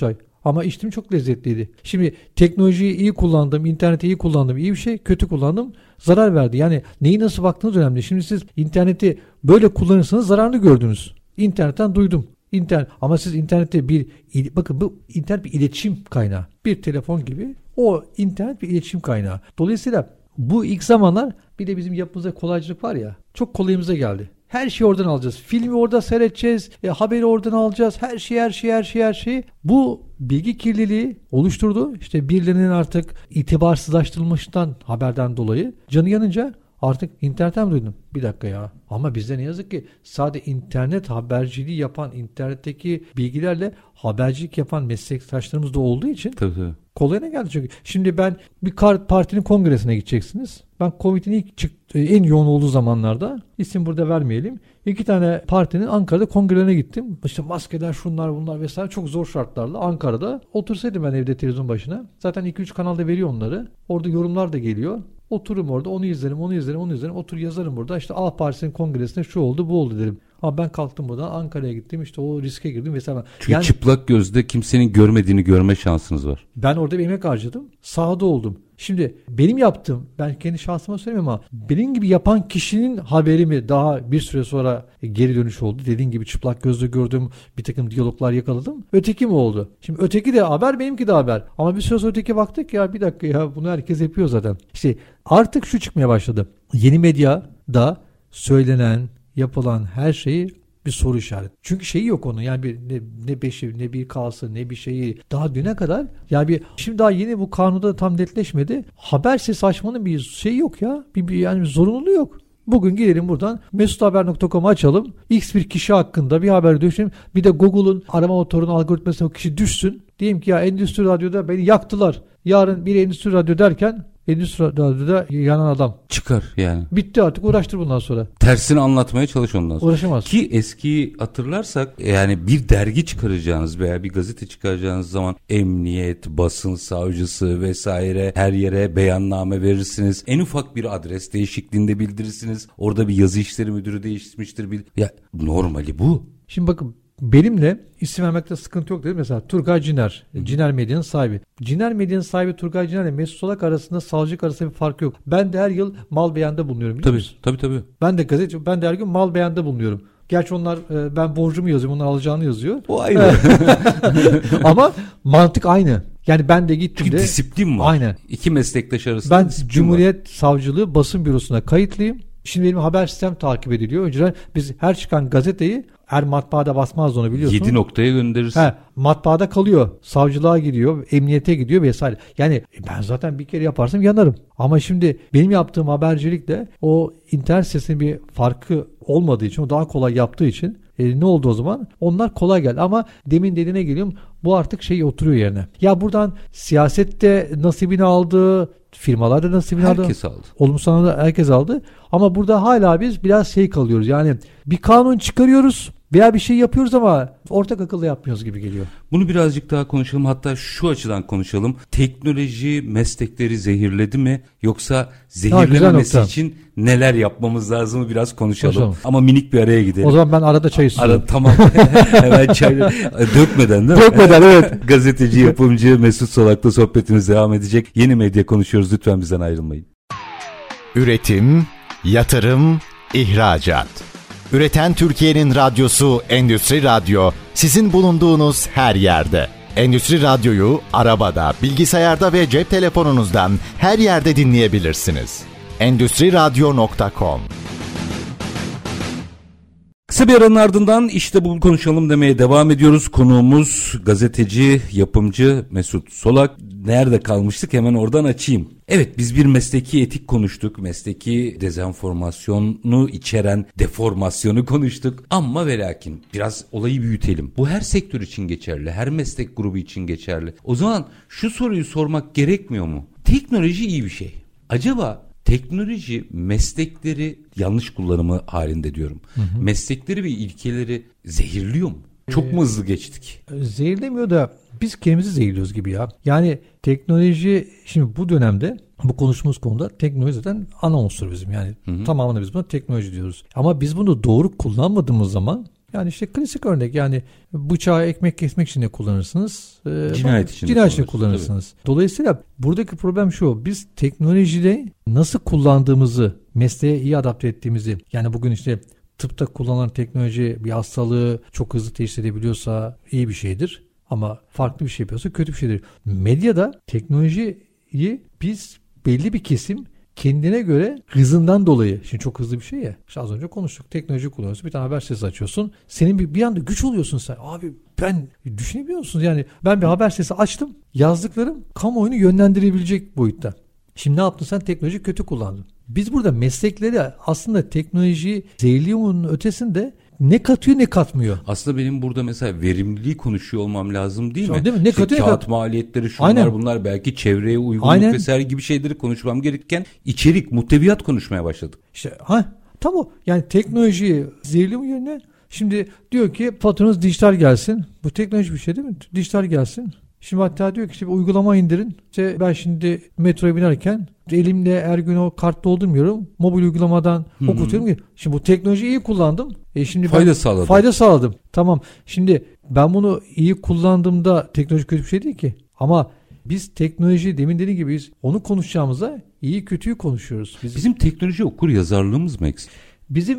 Ama içtim çok lezzetliydi. Şimdi teknolojiyi iyi kullandım, interneti iyi kullandım, iyi bir şey, kötü kullandım, zarar verdi. Yani neyi nasıl baktığınız önemli. Şimdi siz interneti böyle kullanırsanız zararını gördünüz. İnternetten duydum. Ama siz internette bakın bu internet bir iletişim kaynağı. Bir telefon gibi o internet bir iletişim kaynağı. Dolayısıyla bu ilk zamanlar bir de bizim yapımızda kolaycılık var ya, çok kolayımıza geldi. Her şeyi oradan alacağız. Filmi orada seyredeceğiz. Haberi oradan alacağız. Her şeyi. Bu bilgi kirliliği oluşturdu. İşte birilerinin artık itibarsızlaştırılmıştan haberden dolayı canı yanınca artık internetten duydum. Bir dakika ya. Ama bizde ne yazık ki sadece internet haberciliği yapan, internetteki bilgilerle habercilik yapan meslektaşlarımız da olduğu için tabii. Kolayına geldi çünkü. Şimdi ben bir partinin kongresine gideceksiniz. Ben Covid'in ilk çıktığı, en yoğun olduğu zamanlarda, isim burada vermeyelim, 2 tane partinin Ankara'da kongrelerine gittim. İşte maskeler, şunlar bunlar vesaire, çok zor şartlarla Ankara'da otursaydım ben evde televizyon başına. Zaten 2-3 kanalda veriyor onları. Orada yorumlar da geliyor. Otururum orada, onu izlerim. Otur yazarım burada. İşte A Partisi'nin kongresinde şu oldu, bu oldu derim. Ama ben kalktım buradan Ankara'ya gittim, işte o riske girdim vesaire. Çünkü yani, çıplak gözle kimsenin görmediğini görme şansınız var. Ben orada bir emek harcadım. Sahada oldum. Şimdi benim yaptığım, ben kendi şahsıma söylemiyorum ama benim gibi yapan kişinin haberi mi daha bir süre sonra geri dönüş oldu? Dediğin gibi çıplak gözle gördüğüm bir takım diyaloglar yakaladım. Öteki mi oldu? Şimdi öteki de haber, benimki de haber. Ama bir süre sonra öteki baktık ya, bir dakika ya, bunu herkes yapıyor zaten. İşte artık şu çıkmaya başladı. Yeni medyada söylenen, yapılan her şeyi bir soru işareti. Çünkü şeyi yok onun. Yani ne beşi, ne bir kalsı, ne bir şeyi. Daha düne kadar yani şimdi daha yeni bu kanunda tam netleşmedi. Haber sesi açmanın bir şeyi yok ya. Yani bir zorunluluğu yok. Bugün gidelim buradan mesuthaber.com'u açalım. X bir kişi hakkında bir haber düşelim. Bir de Google'un arama motorunun algoritmasına o kişi düşsün. Diyeyim ki ya Endüstri Radyo'da beni yaktılar. Yarın bir Endüstri Radyo derken Endüstri Radyo'da yanan adam çıkar yani. Bitti artık, uğraştır bundan sonra. Tersini anlatmaya çalış ondan sonra. Uğraşamaz. Ki eskiyi hatırlarsak yani bir dergi çıkaracağınız veya bir gazete çıkaracağınız zaman emniyet, basın savcısı vesaire her yere beyanname verirsiniz. En ufak bir adres değişikliğinde bildirirsiniz. Orada bir yazı işleri müdürü değişmiştir. Ya normali bu. Şimdi bakın, benimle isim vermekte sıkıntı yok dedim. Mesela Turgay Ciner, Ciner Medya'nın sahibi. Ciner Medya'nın sahibi Turgay Ciner ile Mesut Solak arasında, savcılık arasında bir fark yok. Ben de her yıl mal beyanda bulunuyorum. Tabii. Ben de gazeteci, ben de her gün mal beyanda bulunuyorum. Gerçi onlar ben borcumu yazıyorum, onlar alacağını yazıyor. O ayrı. Ama mantık aynı. Yani ben de gittim de. Disiplin var. Aynen. İki meslektaş arasında ben Cumhuriyet Savcılığı basın bürosuna kayıtlıyım. Şimdi benim haber sistem takip ediliyor. Önceden biz her çıkan gazeteyi, her matbaada basmazdı onu biliyorsun. 7 noktaya gönderirsin. Matbaada kalıyor. Savcılığa gidiyor. Emniyete gidiyor vesaire. Yani ben zaten bir kere yaparsam yanarım. Ama şimdi benim yaptığım habercilikle o internet sitesinin bir farkı olmadığı için, o daha kolay yaptığı için ne oldu o zaman? Onlar kolay geldi. Ama demin dediğine geliyorum. Bu artık oturuyor yerine. Ya buradan siyasette nasibini aldı, firmalar da nasibini aldı. Herkes aldı. Olumsuz anlamda herkes aldı. Ama burada hala biz biraz kalıyoruz. Yani bir kanun çıkarıyoruz veya bir şey yapıyoruz ama ortak akıllı yapmıyoruz gibi geliyor. Bunu birazcık daha konuşalım. Hatta şu açıdan konuşalım. Teknoloji meslekleri zehirledi mi? Yoksa zehirlememesi için neler yapmamız lazım biraz konuşalım. Ama minik bir araya gidelim. O zaman ben arada çay istiyorum. Tamam. Hemen çay dökmeden değil mi? Dökmeden, evet. Gazeteci, yapımcı Mesut Solak'la sohbetimiz devam edecek. Yeni medya konuşuyoruz. Lütfen bizden ayrılmayın. Üretim, yatırım, ihracat. Üreten Türkiye'nin radyosu Endüstri Radyo, sizin bulunduğunuz her yerde. Endüstri Radyo'yu arabada, bilgisayarda ve cep telefonunuzdan her yerde dinleyebilirsiniz. Endüstriradyo.com. Kısa bir aranın ardından işte bu konuşalım demeye devam ediyoruz. Konuğumuz gazeteci, yapımcı Mesut Solak. Nerede kalmıştık? Hemen oradan açayım. Evet, biz bir mesleki etik konuştuk. Mesleki dezenformasyonu içeren deformasyonu konuştuk. Ama ve lakin biraz olayı büyütelim. Bu her sektör için geçerli. Her meslek grubu için geçerli. O zaman şu soruyu sormak gerekmiyor mu? Teknoloji iyi bir şey. Acaba teknoloji meslekleri, yanlış kullanımı halinde diyorum, meslekleri ve ilkeleri zehirliyor mu? Çok mu hızlı geçtik? Zehirlemiyor da biz kendimizi zehirliyoruz gibi ya. Yani teknoloji, şimdi bu dönemde bu konuştuğumuz konuda teknoloji zaten ana unsur bizim. Yani tamamını biz buna teknoloji diyoruz. Ama biz bunu doğru kullanmadığımız zaman Yani işte klasik örnek, yani bıçağı ekmek kesmek için de kullanırsınız. Cinayet için kullanırsınız. Tabii. Dolayısıyla buradaki problem şu: biz teknolojide nasıl kullandığımızı, mesleğe iyi adapte ettiğimizi, yani bugün işte tıpta kullanılan teknoloji bir hastalığı çok hızlı teşhis edebiliyorsa iyi bir şeydir. Ama farklı bir şey yapıyorsa kötü bir şeydir. Medyada teknolojiyi biz belli bir kesim kendine göre hızından dolayı, şimdi çok hızlı bir şey ya. İşte az önce konuştuk. Teknoloji kullanıyorsun. Bir tane haber sesi açıyorsun. Senin bir anda güç oluyorsun sen. Abi ben düşünebiliyor musunuz? Yani ben bir haber sesi açtım. Yazdıklarım kamuoyunu yönlendirebilecek boyutta. Şimdi ne yaptın sen? Teknoloji kötü kullandın. Biz burada meslekleri aslında teknolojiyi zehirliğinin ötesinde ne katıyor ne katmıyor. Aslında benim burada mesela verimliliği konuşuyor olmam lazım değil mi? Değil mi? Ne katıyor, kağıt maliyetleri, şunlar Aynen. bunlar, belki çevreye uygunluk vesaire gibi şeyleri konuşmam gerekirken içerik, muhteviyat konuşmaya başladık. İşte tam o. Yani teknolojiyi zehirliği yerine şimdi diyor ki patronunuz dijital gelsin. Bu teknoloji bir şey değil mi? Dijital gelsin. Şimdi hatta diyor ki işte bir uygulama indirin. İşte ben şimdi metroya binerken elimle her gün o kart doldurmuyorum. Mobil uygulamadan okutuyorum ki. Şimdi bu teknolojiyi iyi kullandım. Şimdi fayda sağladım. Tamam. Şimdi ben bunu iyi kullandığımda teknoloji kötü bir şey değil ki. Ama biz teknoloji, demin dediğim gibi biz onu konuşacağımıza iyi kötüyü konuşuyoruz. Bizim teknoloji okur yazarlığımız mı eksik? Bizim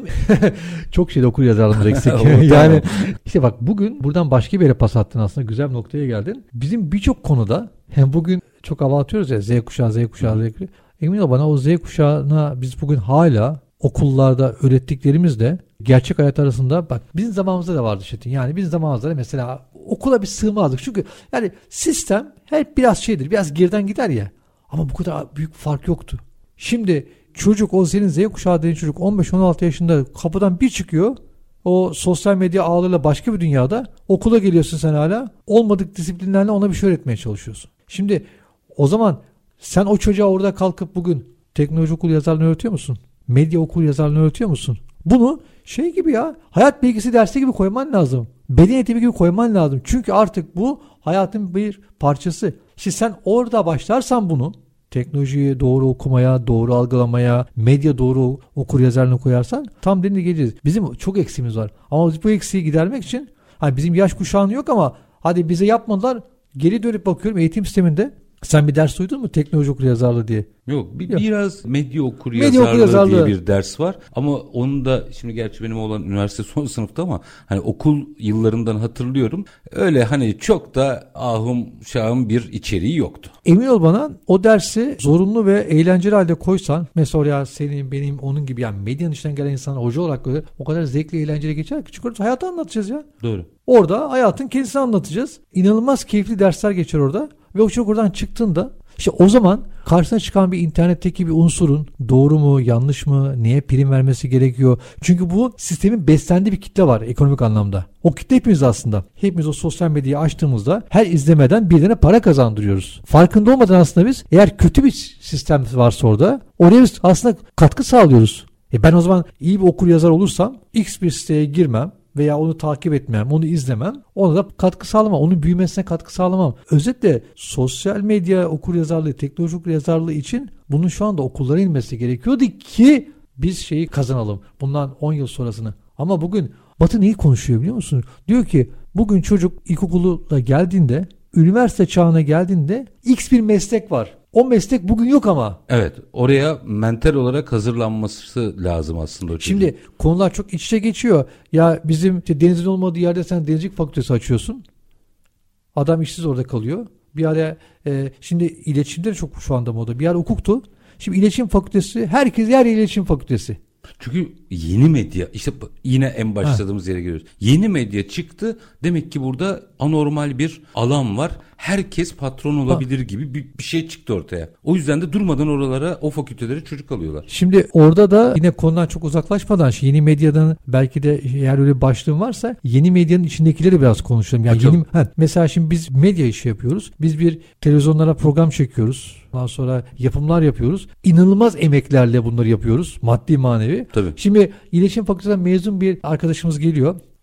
çok şeyde okur yazarlığımız eksik. Yani işte bak, bugün buradan başka bir yere pas attın, aslında güzel bir noktaya geldin. Bizim birçok konuda hem bugün çok hava atıyoruz ya, Z kuşağı. Emin ol bana, o Z kuşağına biz bugün hala okullarda öğrettiklerimizle gerçek hayat arasında, bak bizim zamanımızda da vardı Çetin. Yani bizim zamanımızda mesela okula bir sığmazdık. Çünkü yani sistem hep biraz şeydir, biraz geriden gider ya. Ama bu kadar büyük fark yoktu. Şimdi çocuk, o senin Z kuşağı dediğin çocuk 15-16 yaşında kapıdan bir çıkıyor. O sosyal medya ağlarıyla başka bir dünyada, okula geliyorsun sen hala. Olmadık disiplinlerle ona bir şey öğretmeye çalışıyorsun. Şimdi o zaman sen o çocuğa orada kalkıp bugün teknoloji okul yazarlığını öğretiyor musun? Medya okul yazarlığını öğretiyor musun? Bunu şey gibi ya, hayat bilgisi dersi gibi koyman lazım. Beden eğitimi gibi koyman lazım. Çünkü artık bu hayatın bir parçası. Şimdi sen orada başlarsan bunu, teknolojiyi doğru okumaya, doğru algılamaya, medya doğru okur yazarlığını koyarsan tam dediğine geleceğiz. Bizim çok eksiğimiz var. Ama bu eksiği gidermek için bizim yaş kuşağın yok ama hadi bize yapmadılar. Geri dönüp bakıyorum eğitim sisteminde. Sen bir ders duydun mu teknoloji okur yazarlığı diye? Yok. Biraz medya okur yazarlığı diye bir ders var. Ama onu da şimdi, gerçi benim oğlan üniversite son sınıfta ama hani okul yıllarından hatırlıyorum. Öyle hani çok da ahım şahım bir içeriği yoktu. Emin ol bana, o dersi zorunlu ve eğlenceli halde koysan, mesela oraya senin, benim, onun gibi yani medyanın içinden gelen insan hoca olarak böyle o kadar zevkli, eğlenceli geçer ki. Çünkü hayatı anlatacağız ya. Doğru. Orada hayatın kendisini anlatacağız. İnanılmaz keyifli dersler geçer orada. Ve o çocuk oradan çıktığında işte o zaman karşısına çıkan bir internetteki bir unsurun doğru mu, yanlış mı, neye prim vermesi gerekiyor? Çünkü bu sistemin beslendiği bir kitle var ekonomik anlamda. O kitle hepimiz aslında. Hepimiz o sosyal medyayı açtığımızda her izlemeden birilerine para kazandırıyoruz. Farkında olmadan aslında biz, eğer kötü bir sistem varsa oraya biz aslında katkı sağlıyoruz. Ben o zaman iyi bir okur yazar olursam X bir siteye girmem veya onu takip etmem, onu izlemem, ona da katkı sağlamam, onun büyümesine katkı sağlamam. Özetle sosyal medya okuryazarlığı, teknoloji okuryazarlığı için bunun şu anda okullara inmesi gerekiyordu ki biz şeyi kazanalım bundan 10 yıl sonrasını. Ama bugün Batı neyi konuşuyor biliyor musun? Diyor ki bugün çocuk ilkokuluna geldiğinde, üniversite çağına geldiğinde X bir meslek var. O meslek bugün yok ama. Evet, oraya mental olarak hazırlanması lazım aslında o çocuğun. Şimdi konular çok iç içe geçiyor. Ya bizim denizin olmadığı yerde sen denizcilik fakültesi açıyorsun. Adam işsiz orada kalıyor. Bir ara şimdi iletişimde de çok şu anda moda. Bir ara hukuktu. Şimdi iletişim fakültesi, herkes yer iletişim fakültesi. Çünkü yeni medya, işte yine en başladığımız yere geliyoruz. Yeni medya çıktı. Demek ki burada anormal bir alan var. Herkes patron olabilir gibi bir şey çıktı ortaya. O yüzden de durmadan oralara, o fakültelere çocuk alıyorlar. Şimdi orada da yine konudan çok uzaklaşmadan yeni medyadan, belki de eğer öyle bir başlığın varsa yeni medyanın içindekileri biraz konuşalım. Yani mesela şimdi biz medya işi yapıyoruz. Biz bir televizyonlara program çekiyoruz. Ondan sonra yapımlar yapıyoruz. İnanılmaz emeklerle bunları yapıyoruz. Maddi manevi. Tabii. Şimdi iletişim fakültesinden mezun bir arkadaşımız geliyor.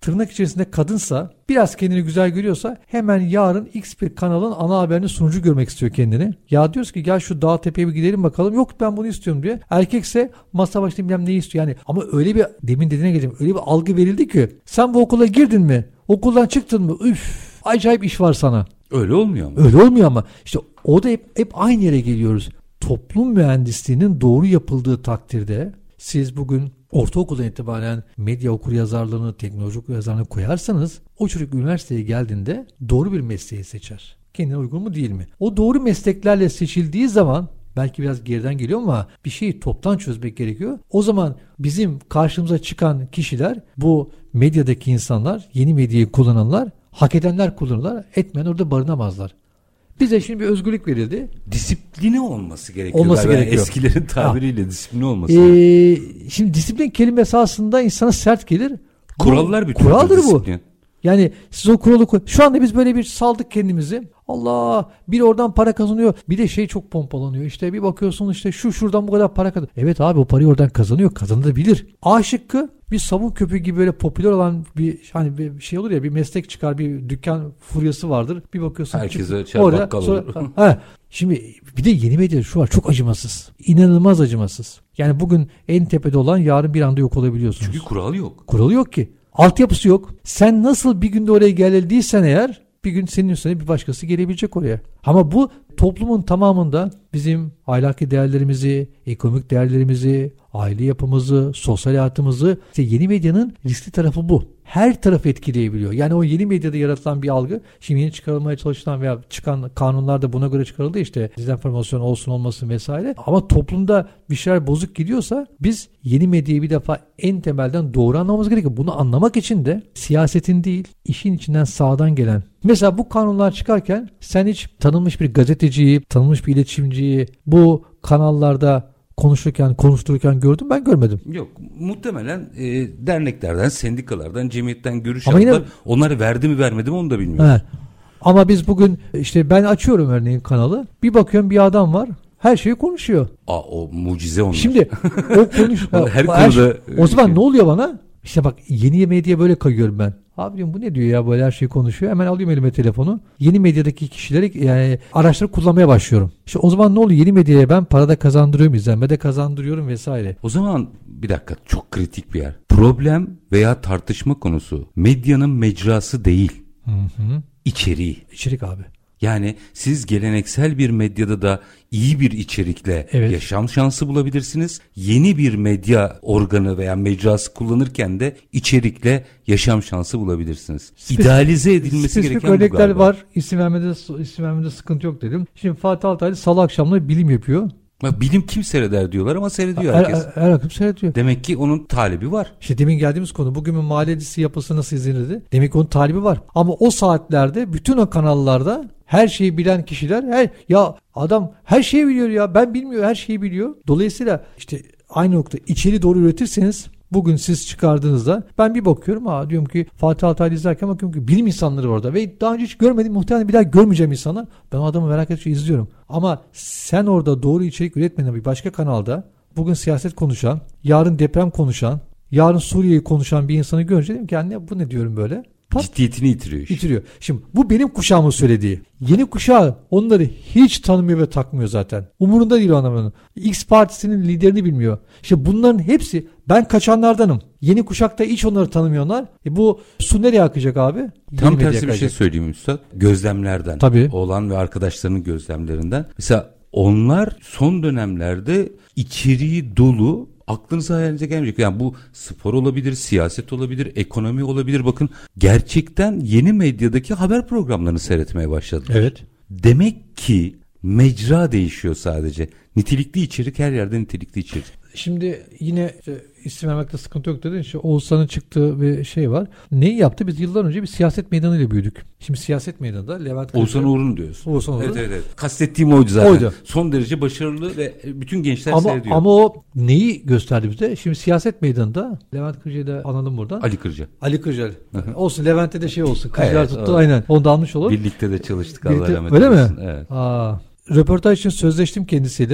tırnak içerisinde kadınsa, biraz kendini güzel görüyorsa hemen yarın X bir kanalın ana haberini sunucu görmek istiyor kendini. Ya diyoruz ki gel şu dağ tepeye bir gidelim bakalım. Yok ben bunu istiyorum diyor. Erkekse masa başında bilmem neyi istiyor. Yani ama öyle bir, demin dediğine geleceğim, öyle bir algı verildi ki sen bu okula girdin mi? Okuldan çıktın mı? Üf, acayip iş var sana. Öyle olmuyor ama. Öyle olmuyor ama. İşte o da hep aynı yere geliyoruz. Toplum mühendisliğinin doğru yapıldığı takdirde siz bugün ortaokuldan itibaren medya okuryazarlığını, teknoloji okuryazarlığını koyarsanız o çocuk üniversiteye geldiğinde doğru bir mesleği seçer. Kendine uygun mu değil mi? O doğru mesleklerle seçildiği zaman belki biraz geriden geliyor ama bir şeyi toptan çözmek gerekiyor. O zaman bizim karşımıza çıkan kişiler, bu medyadaki insanlar, yeni medyayı kullananlar, hak edenler kullanırlar, etmeyen orada barınamazlar. Bize şimdi bir özgürlük verildi. Disipline olması gerekiyor. Eskilerin tabiriyle disiplini olması. Şimdi disiplin kelimesi aslında insana sert gelir. Kurallar bir kuraldır bu. Disiplin. Yani siz o kuralı şu anda biz böyle bir saldık kendimizi. Allah, bir oradan para kazanıyor. Bir de şey çok pompalanıyor. İşte bir bakıyorsun işte şuradan bu kadar para kazanıyor. Evet abi, o parayı oradan kazanıyor. Kazanabilir. A şıkkı bir sabun köpüğü gibi böyle popüler olan bir hani bir şey olur ya, bir meslek çıkar, bir dükkan furyası vardır. Bir bakıyorsun herkese bakkal olur. Şimdi bir de yeni medyada şu var, çok acımasız. İnanılmaz acımasız. Yani bugün en tepede olan yarın bir anda yok olabiliyorsunuz. Çünkü kural yok. Kuralı yok ki. Altyapısı yok. Sen nasıl bir günde oraya geldiysen eğer, bir gün senin üstüne bir başkası gelebilecek oraya. Ama bu toplumun tamamında bizim ahlaki değerlerimizi, ekonomik değerlerimizi, aile yapımızı, sosyal hayatımızı, işte yeni medyanın riskli tarafı bu. Her tarafı etkileyebiliyor. Yani o yeni medyada yaratılan bir algı, şimdi yeni çıkarılmaya çalışılan veya çıkan kanunlar da buna göre çıkarıldı, işte dezenformasyon olsun olmasın vesaire. Ama toplumda bir şeyler bozuk gidiyorsa biz yeni medyayı bir defa en temelden doğru anlamamız gerekiyor. Bunu anlamak için de siyasetin değil, işin içinden sağdan gelen. Mesela bu kanunlar çıkarken sen hiç tanınmış bir gazeteciyi, tanınmış bir iletişimciyi bu kanallarda konuştururken gördüm, ben görmedim. Yok, muhtemelen derneklerden, sendikalardan, cemiyetten görüş aldılar. Onları verdi mi vermedi mi onu da bilmiyoruz. Evet. Ama biz bugün işte ben açıyorum örneğin kanalı, bir bakıyorum bir adam var, her şeyi konuşuyor. O mucize onlar. Şimdi o konuşuyor. her konuda. O zaman ne oluyor bana? İşte bak, yeni medyaya böyle kayıyorum ben. Abi diyorum, bu ne diyor ya, böyle her şeyi konuşuyor. Hemen alıyorum elime telefonu. Yeni medyadaki kişileri, yani araçları kullanmaya başlıyorum. İşte o zaman ne oluyor? Yeni medyaya ben para da kazandırıyorum, izlenme de kazandırıyorum vesaire. O zaman bir dakika, çok kritik bir yer. Problem veya tartışma konusu medyanın mecrası değil. İçeriği. İçerik abi. Yani siz geleneksel bir medyada da iyi bir içerikle yaşam şansı bulabilirsiniz. Yeni bir medya organı veya mecrası kullanırken de içerikle yaşam şansı bulabilirsiniz. İdealize edilmesi gereken bu örnekler galiba. var. İsim vermede sıkıntı yok dedim. Şimdi Fatih Altaylı salı akşamları bilim yapıyor. Bilim kim seyreder diyorlar ama seyrediyor herkes. Her akım seyrediyor. Demek ki onun talebi var. İşte demin geldiğimiz konu, bugünün mahalle dizisi yapısı nasıl izlenirdi? Demek ki onun talebi var. Ama o saatlerde bütün o kanallarda her şeyi bilen kişiler, ya adam her şeyi biliyor ya, ben bilmiyorum, her şeyi biliyor. Dolayısıyla işte aynı nokta, içeri doğru üretirseniz, bugün siz çıkardığınızda ben bir bakıyorum, diyorum ki Fatih Altaylı izlerken bakıyorum ki bilim insanları orada ve daha önce hiç görmedim, muhtemelen bir daha görmeyeceğim insanlar. Ben o adamı merak edip izliyorum. Ama sen orada doğru içerik üretmeden bir başka kanalda bugün siyaset konuşan, yarın deprem konuşan, yarın Suriye'yi konuşan bir insanı görünce dedim ki anne, bu ne diyorum böyle. Ciddiyetini yitiriyor. İtiriyor. Şimdi bu benim kuşağımın söylediği. Yeni kuşağı onları hiç tanımıyor ve takmıyor zaten. Umurunda değil o adamın. X partisinin liderini bilmiyor. İşte bunların hepsi, ben kaçanlardanım. Yeni kuşakta hiç onları tanımıyorlar. Bu su nereye akacak abi? Tam tersi bir şey söyleyeyim Üstad. Gözlemlerden. Tabii. Oğlan ve arkadaşlarının gözlemlerinden. Mesela onlar son dönemlerde içeriği dolu, aklınıza hayalinize gelmeyecek. Yani bu spor olabilir, siyaset olabilir, ekonomi olabilir. Bakın, gerçekten yeni medyadaki haber programlarını seyretmeye başladılar. Evet. Demek ki mecra değişiyor sadece. Nitelikli içerik, her yerde nitelikli içerik. Şimdi yine isim vermekte sıkıntı yok dedin. İşte Oğuzhan'ın çıktığı bir şey var. Neyi yaptı? Biz yıllar önce bir siyaset meydanıyla büyüdük. Şimdi siyaset meydanında Levent Kırca. Oğuzhan Uğur'un diyorsun. Oğuzhan Uğur'un. Evet. Kastettiğim oydu zaten. Oydu. Son derece başarılı ve bütün gençler seyrediyor. Ama o neyi gösterdi bize? Şimdi siyaset meydanında Levent Kırca'yı da analım buradan. Ali Kırca. Olsun, Levent'te de şey olsun. Kırca'lar tuttu. Evet. Aynen. Onu da almış olur. Birlikte de çalıştık. Allah rahmet eylesin. Öyle mi? Evet. Röportaj için sözleştim kendisiyle.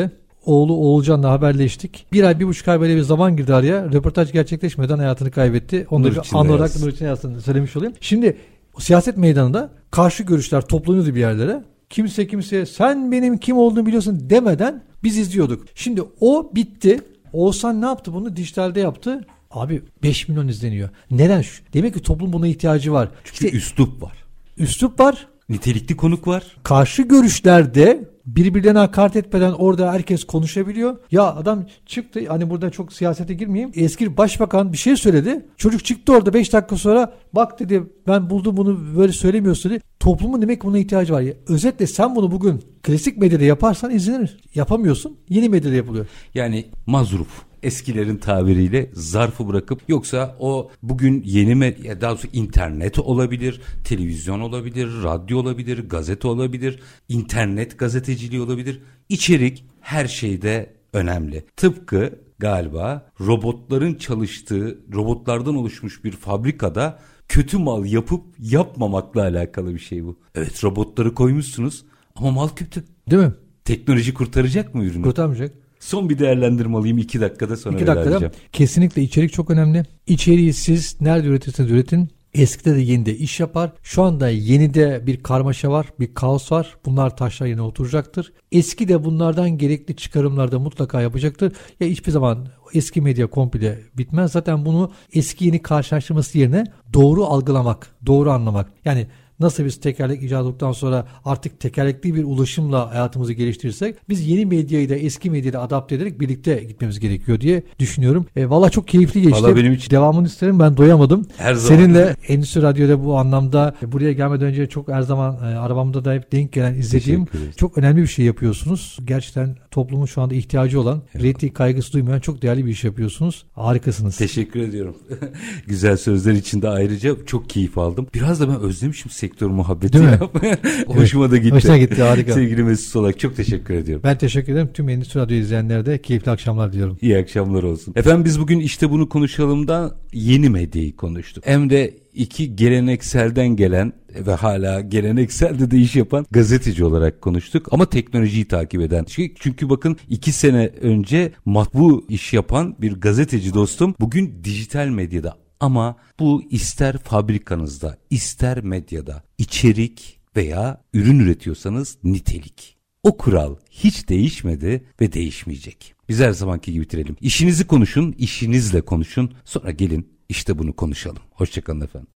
oğlu Oğulcan'la haberleştik. 1,5 ay böyle bir zaman girdi araya. Röportaj gerçekleşmeden hayatını kaybetti. Onu da an olarak Nurçin Yazsın söylemiş olayım. Şimdi siyaset meydanında karşı görüşler toplanıyordu bir yerlere. Kimse kimseye sen benim kim olduğunu biliyorsun demeden biz izliyorduk. Şimdi o bitti. Oğuzhan ne yaptı bunu? Dijitalde yaptı. Abi 5 milyon izleniyor. Neden? Demek ki toplum buna ihtiyacı var. Çünkü işte, üslup var. Üslup var. Nitelikli konuk var. Karşı görüşlerde birbirlerine hakaret etmeden orada herkes konuşabiliyor. Ya adam çıktı, hani burada çok siyasete girmeyeyim. Eski başbakan bir şey söyledi. Çocuk çıktı orada 5 dakika sonra bak dedi ben buldum bunu böyle söylemiyorsun dedi. Toplumun demek ki buna ihtiyacı var. Özetle sen bunu bugün klasik medyada yaparsan izlenir. Yapamıyorsun. Yeni medyada yapılıyor. Yani mazruf. Eskilerin tabiriyle zarfı bırakıp yoksa o bugün yeni daha doğrusu internet olabilir, televizyon olabilir, radyo olabilir, gazete olabilir, internet gazeteciliği olabilir. İçerik her şeyde önemli. Tıpkı galiba robotların çalıştığı, robotlardan oluşmuş bir fabrikada kötü mal yapıp yapmamakla alakalı bir şey bu. Evet, robotları koymuşsunuz ama mal kötü. Değil mi? Teknoloji kurtaracak mı ürünü? Kurtarmayacak. Son bir değerlendirme alayım 2 dakikada sonra vereceğim. Kesinlikle içerik çok önemli. İçeriği siz nerede üretirseniz üretin. Eskide de yenide iş yapar. Şu anda yenide bir karmaşa var, bir kaos var. Bunlar taşlar yerine oturacaktır. Eski de bunlardan gerekli çıkarımlarda mutlaka yapacaktır. Ya hiçbir zaman eski medya komple bitmez. Zaten bunu eski yeni karşılaştırması yerine doğru algılamak, doğru anlamak. Yani nasıl biz tekerlek icat olduktan sonra artık tekerlekli bir ulaşımla hayatımızı geliştirirsek biz yeni medyayı da eski medyayı da adapte ederek birlikte gitmemiz gerekiyor diye düşünüyorum. Valla çok keyifli geçti. Valla benim için. Devamını isterim, ben doyamadım. Her zaman. Seninle Endüstri Radyo'da bu anlamda buraya gelmeden önce çok her zaman arabamda da hep denk gelen izlediğim çok önemli bir şey yapıyorsunuz. Gerçekten toplumun şu anda ihtiyacı olan, reyting kaygısı duymayan çok değerli bir iş yapıyorsunuz. Harikasınız. Teşekkür ediyorum. Güzel sözler için de ayrıca çok keyif aldım. Biraz da ben özlemişim sektör muhabbeti yapmaya. Hoşuma da gitti. Hoşuna gitti, harika. Sevgili Mesut Solak, çok teşekkür ediyorum. Ben teşekkür ederim. Tüm Endüstri Radyo izleyenlere de keyifli akşamlar diliyorum. İyi akşamlar olsun. Efendim biz bugün işte bunu konuşalımdan yeni medyayı konuştuk. Hem de 2 gelenekselden gelen ve hala gelenekselde de iş yapan gazeteci olarak konuştuk. Ama teknolojiyi takip eden. Çünkü bakın 2 sene önce matbu iş yapan bir gazeteci dostum bugün dijital medyada. Ama bu ister fabrikanızda, ister medyada içerik veya ürün üretiyorsanız nitelik. O kural hiç değişmedi ve değişmeyecek. Biz her zamanki gibi bitirelim. İşinizi konuşun, işinizle konuşun. Sonra gelin işte bunu konuşalım. Hoşçakalın efendim.